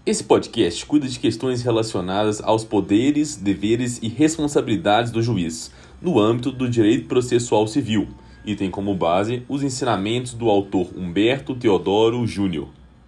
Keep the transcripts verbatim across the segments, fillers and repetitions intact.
Esse podcast cuida de questões relacionadas aos poderes, deveres e responsabilidades do juiz, no âmbito do direito processual civil, e tem como base os ensinamentos do autor Humberto Teodoro Júnior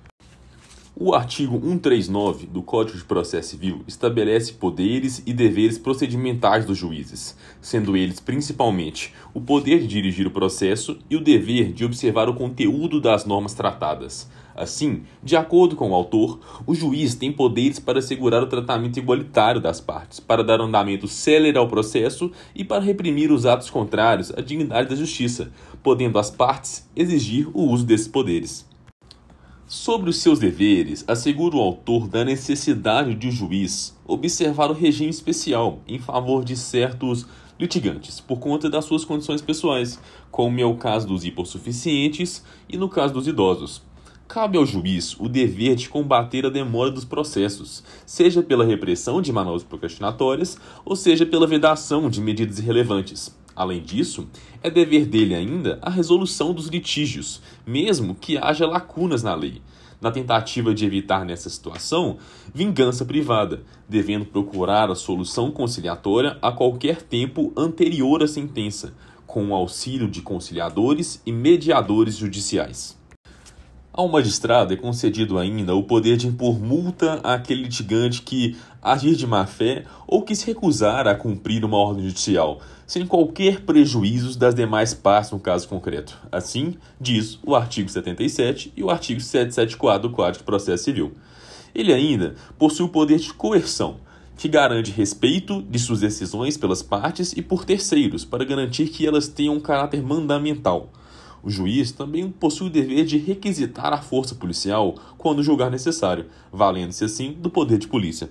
O artigo cento e trinta e nove do Código de Processo Civil estabelece poderes e deveres procedimentais dos juízes, sendo eles principalmente o poder de dirigir o processo e o dever de observar o conteúdo das normas tratadas. Assim, de acordo com o autor, o juiz tem poderes para assegurar o tratamento igualitário das partes, para dar andamento célere ao processo e para reprimir os atos contrários à dignidade da justiça, podendo as partes exigir o uso desses poderes. Sobre os seus deveres, assegura o autor da necessidade de o juiz observar o regime especial em favor de certos litigantes, por conta das suas condições pessoais, como é o caso dos hipossuficientes e no caso dos idosos. Cabe ao juiz o dever de combater a demora dos processos, seja pela repressão de manobras procrastinatórias ou seja pela vedação de medidas irrelevantes. Além disso, é dever dele ainda a resolução dos litígios, mesmo que haja lacunas na lei, na tentativa de evitar nessa situação vingança privada, devendo procurar a solução conciliatória a qualquer tempo anterior à sentença, com o auxílio de conciliadores e mediadores judiciais. Ao magistrado é concedido ainda o poder de impor multa àquele litigante que agir de má-fé ou que se recusar a cumprir uma ordem judicial, sem qualquer prejuízo das demais partes no caso concreto. Assim, diz o artigo setenta e sete e o artigo setecentos e setenta e quatro do Código de Processo Civil. Ele ainda possui o poder de coerção, que garante respeito de suas decisões pelas partes e por terceiros, para garantir que elas tenham um caráter mandamental. O juiz também possui o dever de requisitar a força policial quando julgar necessário, valendo-se assim do poder de polícia.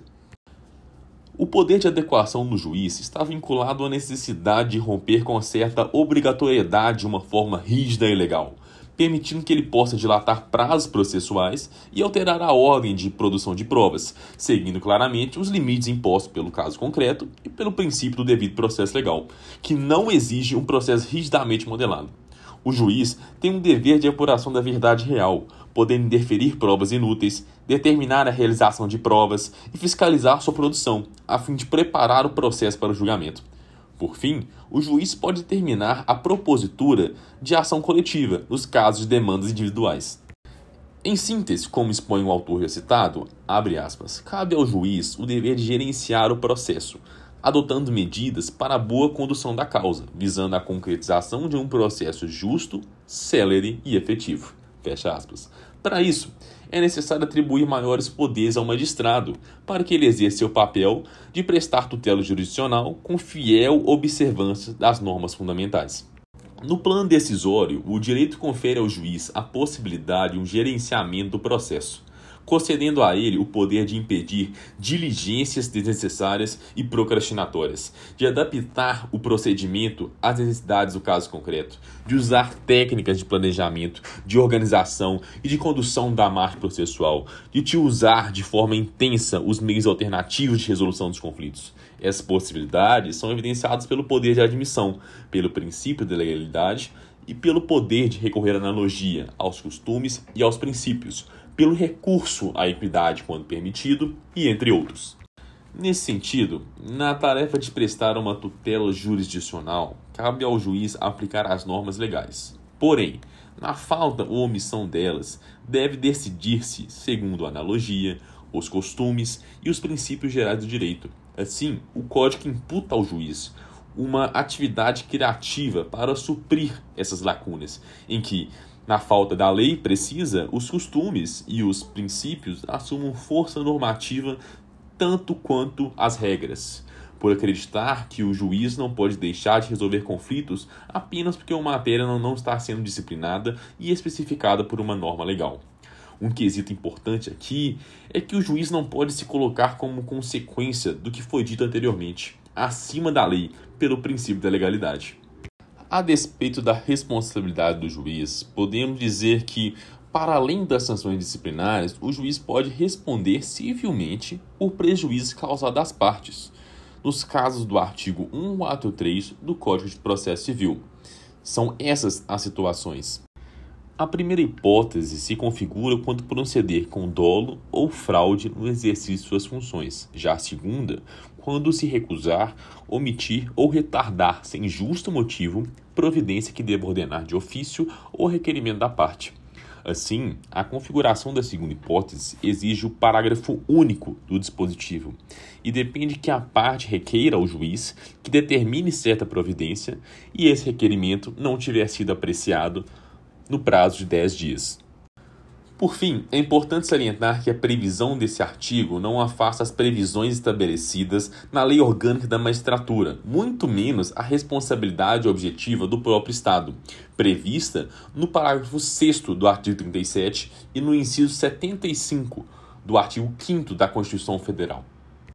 O poder de adequação do juiz está vinculado à necessidade de romper com certa obrigatoriedade de uma forma rígida e legal, permitindo que ele possa dilatar prazos processuais e alterar a ordem de produção de provas, seguindo claramente os limites impostos pelo caso concreto e pelo princípio do devido processo legal, que não exige um processo rigidamente modelado. O juiz tem um dever de apuração da verdade real, podendo interferir provas inúteis, determinar a realização de provas e fiscalizar sua produção, a fim de preparar o processo para o julgamento. Por fim, o juiz pode determinar a propositura de ação coletiva nos casos de demandas individuais. Em síntese, como expõe o autor já citado, abre aspas, cabe ao juiz o dever de gerenciar o processo, adotando medidas para a boa condução da causa, visando a concretização de um processo justo, célere e efetivo. Fecha aspas. Para isso, é necessário atribuir maiores poderes ao magistrado, para que ele exerça seu papel de prestar tutela jurisdicional com fiel observância das normas fundamentais. No plano decisório, o direito confere ao juiz a possibilidade de um gerenciamento do processo, concedendo a ele o poder de impedir diligências desnecessárias e procrastinatórias, de adaptar o procedimento às necessidades do caso concreto, de usar técnicas de planejamento, de organização e de condução da marcha processual, de te usar de forma intensa os meios alternativos de resolução dos conflitos. Essas possibilidades são evidenciadas pelo poder de admissão, pelo princípio da legalidade e pelo poder de recorrer à analogia, aos costumes e aos princípios, pelo recurso à equidade quando permitido, e entre outros. Nesse sentido, na tarefa de prestar uma tutela jurisdicional, cabe ao juiz aplicar as normas legais. Porém, na falta ou omissão delas, deve decidir-se segundo a analogia, os costumes e os princípios gerais do direito. Assim, o Código imputa ao juiz uma atividade criativa para suprir essas lacunas, em que, na falta da lei precisa, os costumes e os princípios assumam força normativa tanto quanto as regras, por acreditar que o juiz não pode deixar de resolver conflitos apenas porque uma matéria não, não está sendo disciplinada e especificada por uma norma legal. Um quesito importante aqui é que o juiz não pode se colocar como consequência do que foi dito anteriormente, acima da lei, pelo princípio da legalidade. A despeito da responsabilidade do juiz, podemos dizer que, para além das sanções disciplinares, o juiz pode responder civilmente por prejuízo causado às partes, nos casos do artigo cento e quarenta e três do Código de Processo Civil. São essas as situações: A primeira hipótese se configura quando proceder com dolo ou fraude no exercício de suas funções. Já a segunda, quando se recusar, omitir ou retardar, sem justo motivo, providência que deva ordenar de ofício ou requerimento da parte. Assim, a configuração da segunda hipótese exige o parágrafo único do dispositivo e depende que a parte requeira ao juiz que determine certa providência e esse requerimento não tiver sido apreciado no prazo de dez dias. Por fim, é importante salientar que a previsão desse artigo não afasta as previsões estabelecidas na Lei Orgânica da Magistratura, muito menos a responsabilidade objetiva do próprio Estado, prevista no parágrafo sexto do artigo trinta e sete e no inciso setenta e cinco do artigo quinto da Constituição Federal.